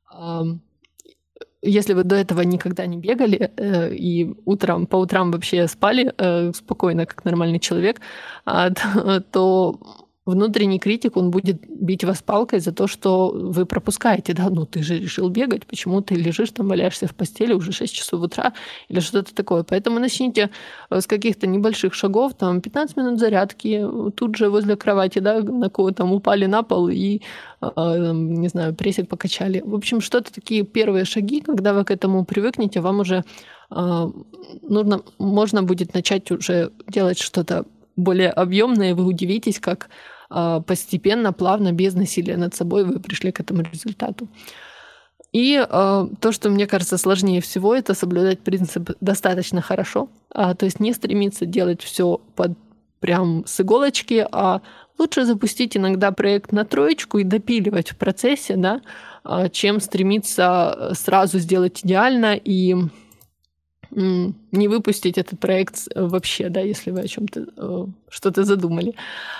если вы до этого никогда не бегали э, и утром, по утрам вообще спали э, спокойно, как нормальный человек, э, то, то внутренний критик, он будет бить вас палкой за то, что вы пропускаете, да, ну ты же решил бегать, почему ты лежишь там, валяешься в постели уже шесть часов утра или что-то такое. Поэтому начните с каких-то небольших шагов, там пятнадцать минут зарядки, тут же возле кровати, да, на кого там упали на пол и, не знаю, прессик покачали. В общем, что-то такие первые шаги, когда вы к этому привыкнете, вам уже нужно, можно будет начать уже делать что-то более объемное, и вы удивитесь, как постепенно, плавно, без насилия над собой вы пришли к этому результату. И э, то, что мне кажется сложнее всего, это соблюдать принцип достаточно хорошо, а, то есть не стремиться делать все под прям с иголочки, а лучше запустить иногда проект на троечку и допиливать в процессе, да, чем стремиться сразу сделать идеально и не выпустить этот проект вообще, да, если вы о чем-то что-то задумали.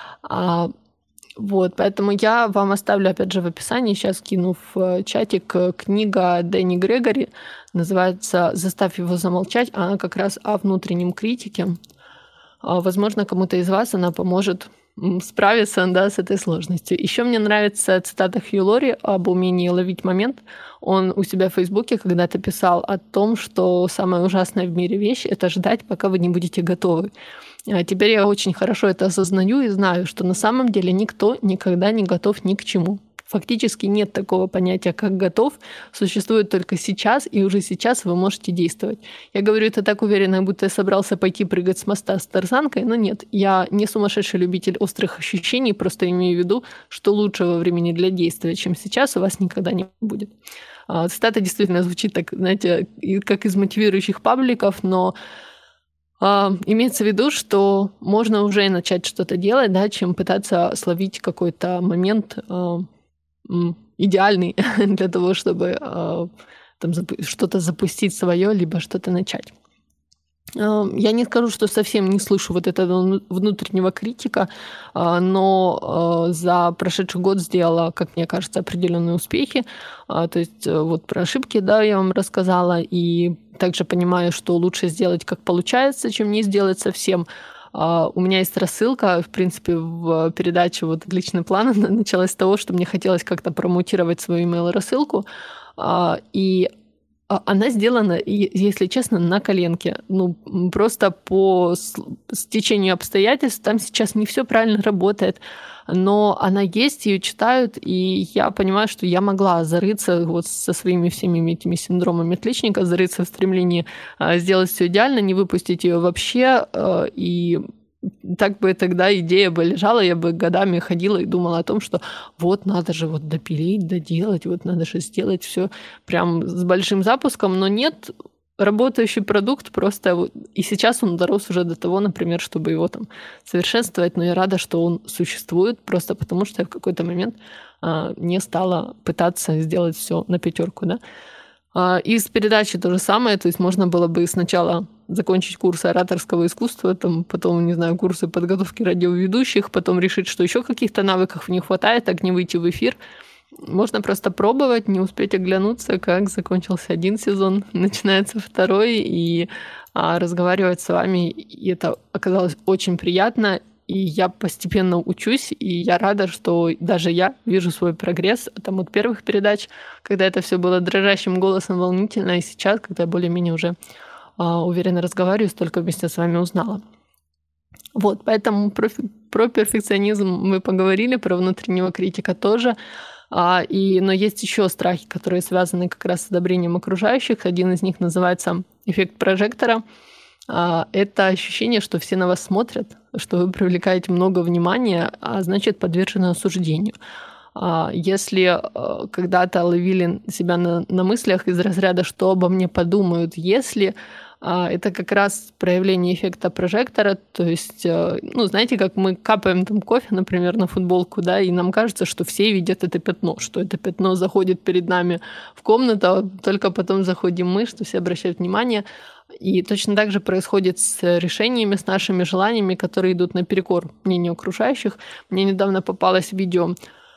Вот, поэтому я вам оставлю, опять же, в описании, сейчас кину в чатик, книга Дэнни Грегори, называется «Заставь его замолчать», она как раз о внутреннем критике. а, возможно, кому-то из вас она поможет справиться, да, с этой сложностью. Еще мне нравится цитата Хью Лори об умении ловить момент. Он у себя в Фейсбуке когда-то писал о том, что самая ужасная в мире вещь — это ждать, пока вы не будете готовы. А теперь я очень хорошо это осознаю и знаю, что на самом деле никто никогда не готов ни к чему. Фактически нет такого понятия, как готов, существует только сейчас, и уже сейчас вы можете действовать. Я говорю это так уверенно, будто я собрался пойти прыгать с моста с тарзанкой, но нет, я не сумасшедший любитель острых ощущений, просто имею в виду, что лучшего времени для действия, чем сейчас, у вас никогда не будет. Цитата действительно звучит так, знаете, как из мотивирующих пабликов, но Uh, имеется в виду, что можно уже начать что-то делать, да, чем пытаться словить какой-то момент uh, идеальный для того, чтобы uh, там, запу- что-то запустить свое, либо что-то начать. Uh, я не скажу, что совсем не слышу вот этого внутреннего критика, uh, но uh, за прошедший год сделала, как мне кажется, определенные успехи. Uh, то есть uh, вот про ошибки, да, я вам рассказала, и также понимаю, что лучше сделать, как получается, чем не сделать совсем. Uh, у меня есть рассылка, в принципе, в передаче вот «Отличный план» началась с того, что мне хотелось как-то промоутировать свою email-рассылку, uh, и она сделана, если честно, на коленке. Ну, просто по стечению обстоятельств там сейчас не все правильно работает, но она есть, ее читают, и я понимаю, что я могла зарыться вот со своими всеми этими синдромами отличника, зарыться в стремлении сделать все идеально, не выпустить ее вообще, и так бы тогда идея бы лежала, я бы годами ходила и думала о том, что вот надо же вот допилить, доделать, вот надо же сделать все прям с большим запуском, но нет, работающий продукт просто... Вот, и сейчас он дорос уже до того, например, чтобы его там совершенствовать, но я рада, что он существует, просто потому что я в какой-то момент а, не стала пытаться сделать все на пятерку, да. А, и с передачи то же самое, то есть можно было бы сначала закончить курсы ораторского искусства, там, потом, не знаю, курсы подготовки радиоведущих, потом решить, что еще каких-то навыков не хватает, так не выйти в эфир. Можно просто пробовать, не успеть оглянуться, как закончился один сезон, начинается второй, и а, разговаривать с вами, и это оказалось очень приятно, и я постепенно учусь, и я рада, что даже я вижу свой прогресс там от первых передач, когда это все было дрожащим голосом волнительно, и сейчас, когда я более-менее уже уверенно разговариваю, столько вместе с вами узнала. Вот, поэтому про, про перфекционизм мы поговорили, про внутреннего критика тоже. А, и, но есть еще страхи, которые связаны как раз с одобрением окружающих. Один из них называется эффект прожектора. А, это ощущение, что все на вас смотрят, что вы привлекаете много внимания, а значит подвержены осуждению. Если когда-то ловили себя на, на мыслях из разряда «что обо мне подумают, если…», это как раз проявление эффекта прожектора, то есть, ну, знаете, как мы капаем там кофе, например, на футболку, да, и нам кажется, что все видят это пятно, что это пятно заходит перед нами в комнату, а только потом заходим мы, что все обращают внимание. И точно так же происходит с решениями, с нашими желаниями, которые идут наперекор мнению окружающих. Мне недавно попалось видео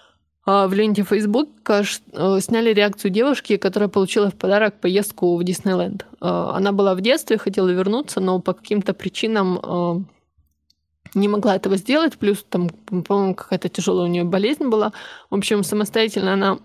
в ленте Фейсбука, сняли реакцию девушки, которая получила в подарок поездку в Диснейленд. Она была в детстве, хотела вернуться, но по каким-то причинам не могла этого сделать. Плюс там, по-моему, какая-то тяжелая у нее болезнь была. В общем, самостоятельно она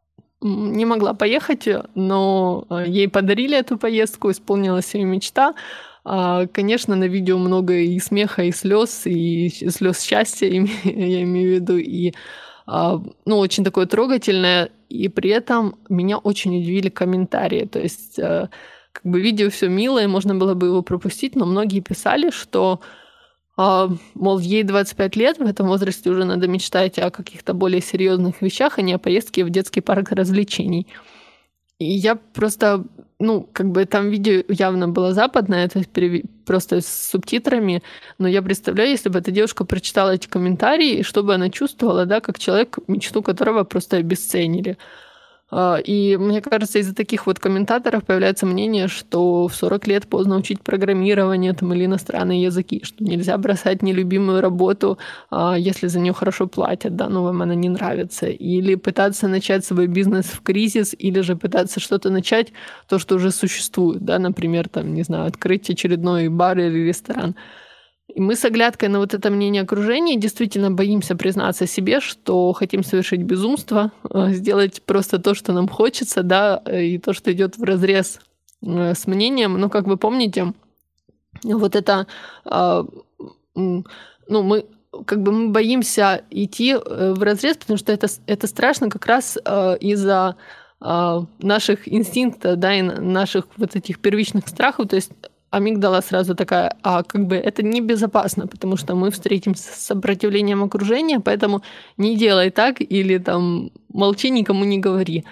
не могла поехать, но ей подарили эту поездку, исполнилась ее мечта. Конечно, на видео много и смеха, и слез, и слез счастья, я имею в виду, и ну, очень такое трогательное, и при этом меня очень удивили комментарии. То есть, как бы видео все милое, можно было бы его пропустить, но многие писали, что, мол, ей двадцать пять лет, в этом возрасте уже надо мечтать о каких-то более серьезных вещах, а не о поездке в детский парк развлечений. И я просто, ну, как бы там видео явно было западное, то есть просто с субтитрами, но я представляю, если бы эта девушка прочитала эти комментарии, и что бы она чувствовала, да, как человек, мечту которого просто обесценили. И мне кажется, из-за таких вот комментаторов появляется мнение, что в сорок лет поздно учить программирование там, или иностранные языки, что нельзя бросать нелюбимую работу, если за нее хорошо платят, да, но вам она не нравится, или пытаться начать свой бизнес в кризис, или же пытаться что-то начать, то, что уже существует, да, например, там, не знаю, открыть очередной бар или ресторан. И мы с оглядкой на вот это мнение окружения действительно боимся признаться себе, что хотим совершить безумство, сделать просто то, что нам хочется, да, и то, что идет вразрез с мнением. Но, как вы помните, вот это, ну, мы как бы мы боимся идти вразрез, потому что это, это страшно как раз из-за наших инстинктов, да, и наших вот этих первичных страхов, то есть амигдала сразу такая, а как бы это небезопасно, потому что мы встретимся с сопротивлением окружения, поэтому не делай так или там молчи, никому не говори.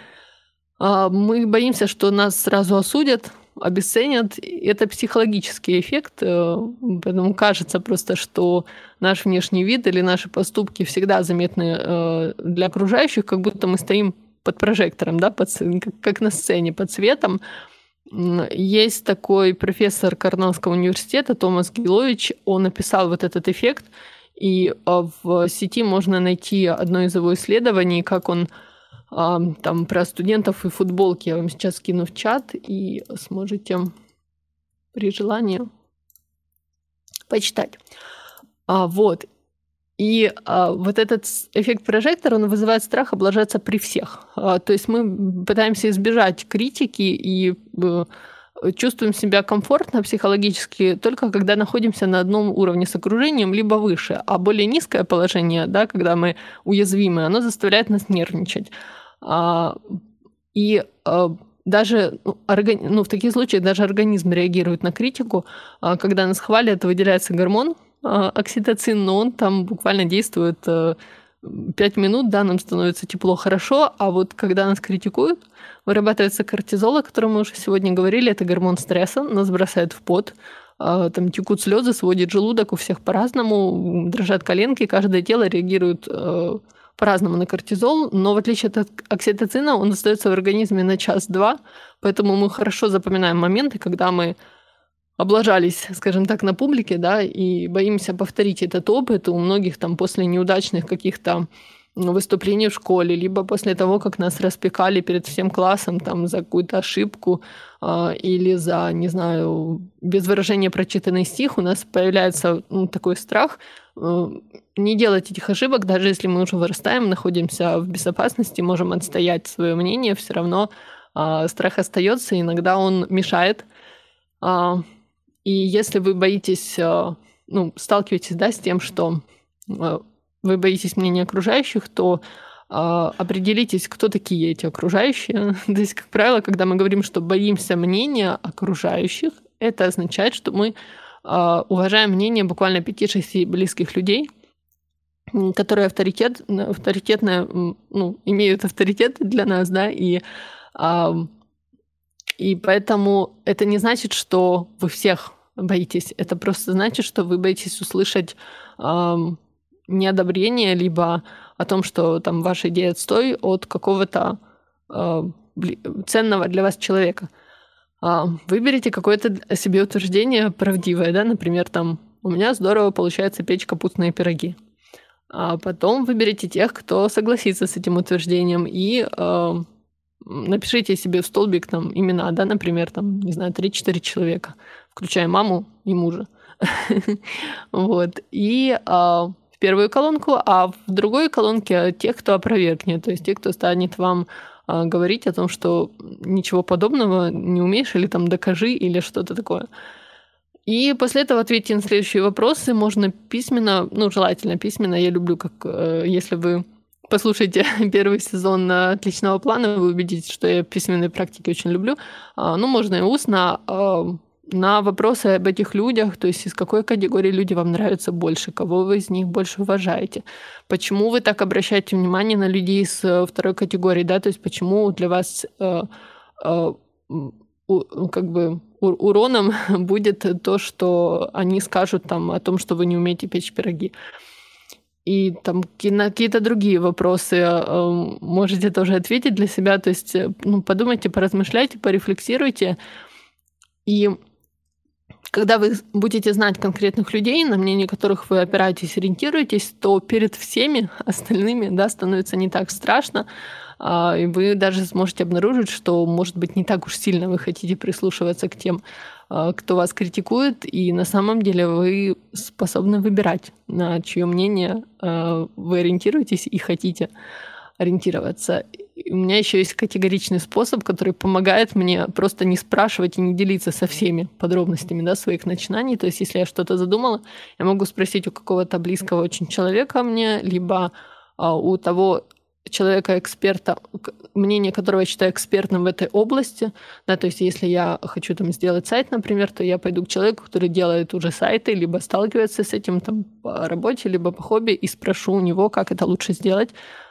Мы боимся, что нас сразу осудят, обесценят. Это психологический эффект, поэтому кажется просто, что наш внешний вид или наши поступки всегда заметны для окружающих, как будто мы стоим под прожектором, да, под, как на сцене, под светом. Есть такой профессор Корнеллского университета Томас Гилович, он описал вот этот эффект, и в сети можно найти одно из его исследований, как он там про студентов и футболки. Я вам сейчас скину в чат, и сможете при желании почитать. Вот. И а, вот этот эффект прожектора, он вызывает страх облажаться при всех. А, то есть мы пытаемся избежать критики и а, чувствуем себя комфортно психологически только когда находимся на одном уровне с окружением, либо выше. А более низкое положение, да, когда мы уязвимы, оно заставляет нас нервничать. А, и а, даже ну, органи... ну, в таких случаях даже организм реагирует на критику. А, когда нас хвалят, выделяется гормон окситоцин, но он там буквально действует пять минут, да, нам становится тепло, хорошо, а вот когда нас критикуют, вырабатывается кортизол, о котором мы уже сегодня говорили, это гормон стресса, нас бросает в пот, там текут слезы, сводит желудок, у всех по-разному, дрожат коленки, каждое тело реагирует по-разному на кортизол, но в отличие от окситоцина он остается в организме на час-два, поэтому мы хорошо запоминаем моменты, когда мы облажались, скажем так, на публике, да, и боимся повторить этот опыт у многих там после неудачных каких-то выступлений в школе, либо после того, как нас распекали перед всем классом там за какую-то ошибку э, или за, не знаю, без выражения прочитанный стих, у нас появляется ну, такой страх э, не делать этих ошибок, даже если мы уже вырастаем, находимся в безопасности, можем отстоять свое мнение, все равно э, страх остается, иногда он мешает. Э, И если вы боитесь, ну, сталкиваетесь, да, с тем, что вы боитесь мнения окружающих, то определитесь, кто такие эти окружающие. То есть, как правило, когда мы говорим, что боимся мнения окружающих, это означает, что мы уважаем мнение буквально пяти-шести близких людей, которые авторитет, авторитетно, ну, имеют авторитет для нас, да, и И поэтому это не значит, что вы всех боитесь. Это просто значит, что вы боитесь услышать э, неодобрение, либо о том, что там ваша идея отстой от какого-то э, ценного для вас человека. Э, выберите какое-то себе утверждение правдивое, да, например, там «у меня здорово получается печь капустные пироги». А потом выберите тех, кто согласится с этим утверждением, и э, напишите себе в столбик там имена, да, например, там, не знаю, три-четыре человека, включая маму и мужа. Вот. И в первую колонку, а в другой колонке тех, кто опровергнет, то есть те, кто станет вам говорить о том, что ничего подобного не умеешь, или там докажи, или что-то такое. И после этого ответьте на следующие вопросы. Можно письменно, ну, желательно письменно. Я люблю, как если вы послушайте первый сезон «Отличного плана», вы убедитесь, что я письменные практики очень люблю. Ну, можно и устно. На вопросы об этих людях, то есть из какой категории люди вам нравятся больше, кого вы из них больше уважаете, почему вы так обращаете внимание на людей с второй категории, да, то есть почему для вас э, э, у, как бы уроном будет то, что они скажут там о том, что вы не умеете печь пироги. И там на какие-то другие вопросы э, можете тоже ответить для себя, то есть ну, подумайте, поразмышляйте, порефлексируйте, и когда вы будете знать конкретных людей, на мнение которых вы опираетесь, ориентируетесь, то перед всеми остальными, да, становится не так страшно, и вы даже сможете обнаружить, что, может быть, не так уж сильно вы хотите прислушиваться к тем кто вас критикует, и на самом деле вы способны выбирать, на чье мнение вы ориентируетесь и хотите ориентироваться. И у меня еще есть категоричный способ, который помогает мне просто не спрашивать и не делиться со всеми подробностями, да, своих начинаний. То есть если я что-то задумала, я могу спросить у какого-то близкого очень человека мне, либо у того человека-эксперта, мнение которого я считаю экспертным в этой области. Да, то есть если я хочу там сделать сайт, например, то я пойду к человеку, который делает уже сайты, либо сталкивается с этим там по работе, либо по хобби, и спрошу у него, как это лучше сделать.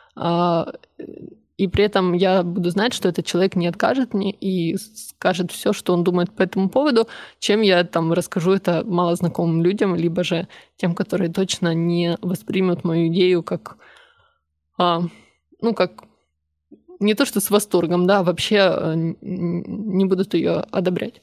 И при этом я буду знать, что этот человек не откажет мне и скажет все, что он думает по этому поводу, чем я там расскажу это малознакомым людям, либо же тем, которые точно не воспримут мою идею как, а, ну, как не то что с восторгом, да, вообще не будут ее одобрять.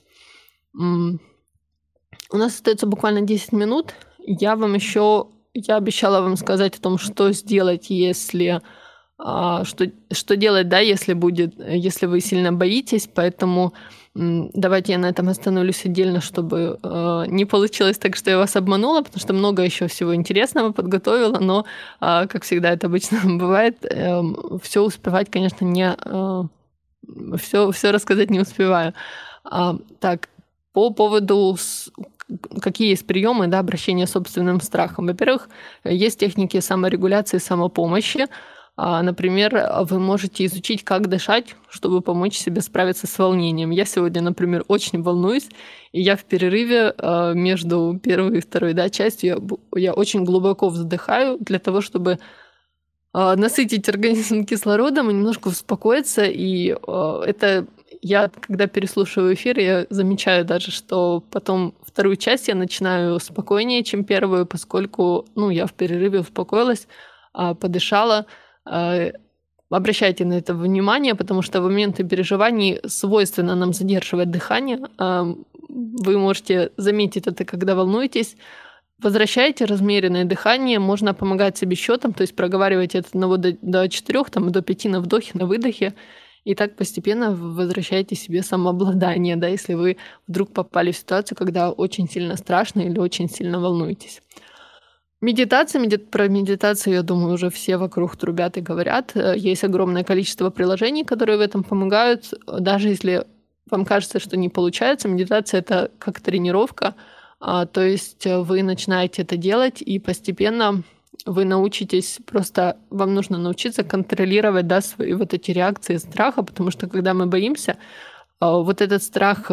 У нас остается буквально десять минут. Я вам еще, я обещала вам сказать о том, что сделать, если... Что, что делать, да, если будет, если вы сильно боитесь, поэтому давайте я на этом остановлюсь отдельно, чтобы э, не получилось так, что я вас обманула, потому что много еще всего интересного подготовила, но, э, как всегда это обычно бывает, э, все успевать, конечно, не э, все, все рассказать не успеваю. А, так, по поводу с, какие есть приемы, да, обращения с собственным страхом. Во-первых, есть техники саморегуляции, самопомощи. Например, вы можете изучить, как дышать, чтобы помочь себе справиться с волнением. Я сегодня, например, очень волнуюсь, и я в перерыве между первой и второй, да, частью я, я очень глубоко вздыхаю для того, чтобы насытить организм кислородом и немножко успокоиться. И это я, когда переслушиваю эфир, я замечаю даже, что потом вторую часть я начинаю спокойнее, чем первую, поскольку, ну, я в перерыве успокоилась, подышала. Обращайте на это внимание, потому что в моменты переживаний свойственно нам задерживать дыхание. Вы можете заметить это, когда волнуетесь. Возвращайте размеренное дыхание. Можно помогать себе счетом, то есть проговаривать от одного до четырех, там, до пяти на вдохе, на выдохе. И так постепенно возвращайте себе самообладание, да, если вы вдруг попали в ситуацию, когда очень сильно страшно или очень сильно волнуетесь. Медитация, медит... про медитацию, я думаю, уже все вокруг трубят и говорят. Есть огромное количество приложений, которые в этом помогают. Даже если вам кажется, что не получается, медитация — это как тренировка. То есть вы начинаете это делать, и постепенно вы научитесь, просто вам нужно научиться контролировать, да, свои вот эти реакции страха, потому что когда мы боимся, вот этот страх...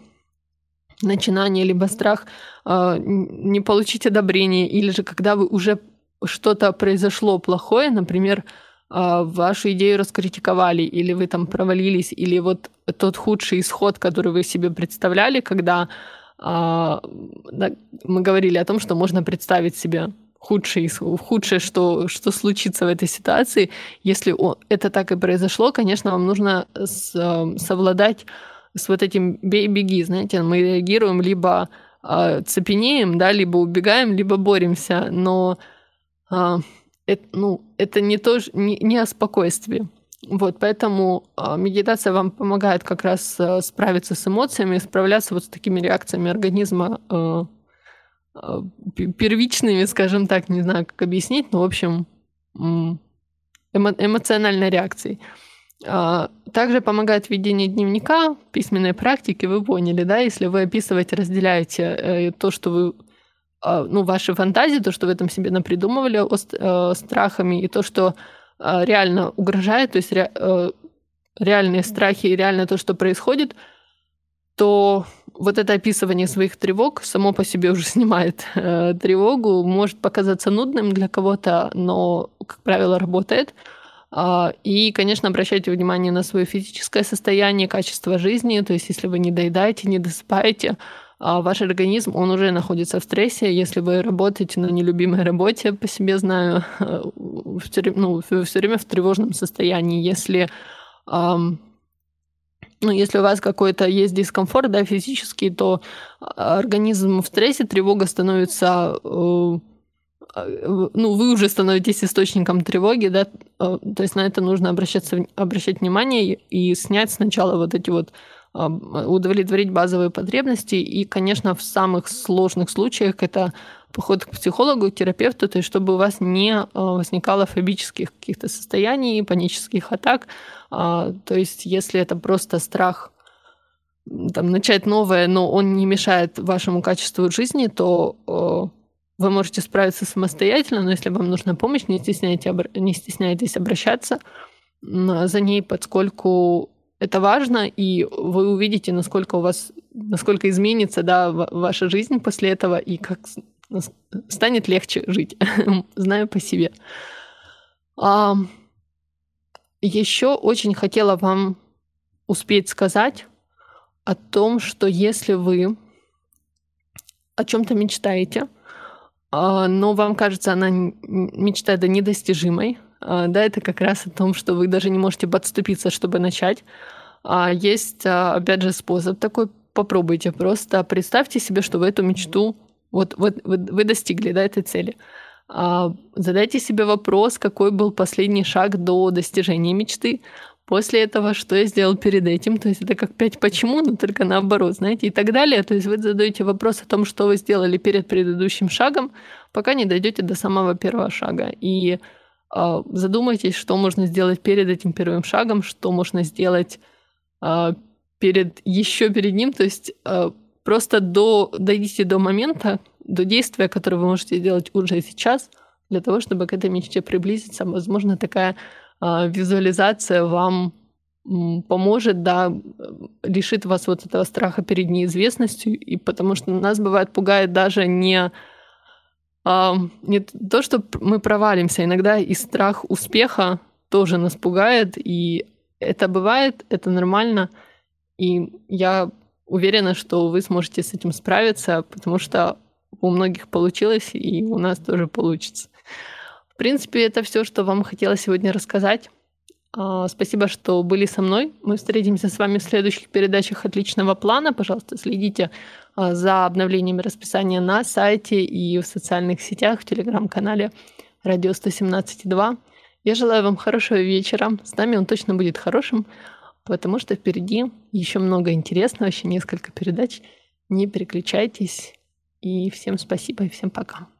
начинание, либо страх э, не получить одобрение, или же когда вы уже что-то произошло плохое, например, э, вашу идею раскритиковали, или вы там провалились, или вот тот худший исход, который вы себе представляли, когда э, да, мы говорили о том, что можно представить себе худшее, худшее что, что случится в этой ситуации. Если это так и произошло, конечно, вам нужно с, совладать с вот этим бей-беги, знаете, мы реагируем либо э, цепенеем, да, либо убегаем, либо боремся, но э, это, ну, это не, то, не, не о спокойствии. Вот, поэтому э, медитация вам помогает как раз э, справиться с эмоциями, справляться вот с такими реакциями организма э, э, первичными, скажем так, не знаю, как объяснить, но, в общем, эмо- эмоциональной реакцией. Также помогает ведение дневника, письменной практики, вы поняли, да, если вы описываете, разделяете то, что вы, ну, ваши фантазии, то, что вы там себе напридумывали страхами, и то, что реально угрожает, то есть ре, реальные страхи и реально то, что происходит, то вот это описывание своих тревог само по себе уже снимает тревогу, может показаться нудным для кого-то, но, как правило, работает. И, конечно, обращайте внимание на свое физическое состояние, качество жизни. То есть, если вы не доедаете, не досыпаете, ваш организм, он уже находится в стрессе. Если вы работаете на нелюбимой работе, по себе знаю, все, ну, все время в тревожном состоянии. Если, ну, если у вас какой-то есть дискомфорт, да, физический, то организм в стрессе, тревога становится... ну, вы уже становитесь источником тревоги, да, то есть на это нужно обращаться, обращать внимание и снять сначала вот эти вот удовлетворить базовые потребности. И, конечно, в самых сложных случаях это поход к психологу, к терапевту, то есть чтобы у вас не возникало фобических каких-то состояний, панических атак. То есть если это просто страх там, начать новое, но он не мешает вашему качеству жизни, то вы можете справиться самостоятельно, но если вам нужна помощь, не стесняйтесь, не стесняйтесь обращаться за ней, поскольку это важно, и вы увидите, насколько у вас, насколько изменится, да, ваша жизнь после этого, и как станет легче жить. Знаю по себе. А, еще очень хотела вам успеть сказать о том, что если вы о чем-то мечтаете, но вам кажется, она мечта эта недостижимой, да, это как раз о том, что вы даже не можете подступиться, чтобы начать. Есть, опять же, способ такой. Попробуйте просто. Представьте себе, что вы эту мечту, вот, вот вы, вы достигли, да, этой цели. Задайте себе вопрос, какой был последний шаг до достижения мечты. После этого, что я сделал перед этим. То есть это как пять почему, но только наоборот, знаете, и так далее. То есть вы задаете вопрос о том, что вы сделали перед предыдущим шагом, пока не дойдете до самого первого шага. И э, задумайтесь, что можно сделать перед этим первым шагом, что можно сделать э, перед еще перед ним. То есть э, просто до, дойдите до момента, до действия, которое вы можете сделать уже сейчас, для того, чтобы к этой мечте приблизиться. Возможно, такая визуализация вам поможет, да, лишит вас вот этого страха перед неизвестностью, и потому что нас бывает пугает даже не, не то, что мы провалимся, иногда и страх успеха тоже нас пугает, и это бывает, это нормально, и я уверена, что вы сможете с этим справиться, потому что у многих получилось, и у нас тоже получится. В принципе, это все, что вам хотела сегодня рассказать. Спасибо, что были со мной. Мы встретимся с вами в следующих передачах «Отличного плана». Пожалуйста, следите за обновлениями расписания на сайте и в социальных сетях, в телеграм-канале «Радио сто семнадцать и два». Я желаю вам хорошего вечера. С нами он точно будет хорошим, потому что впереди еще много интересного, еще несколько передач. Не переключайтесь. И всем спасибо и всем пока.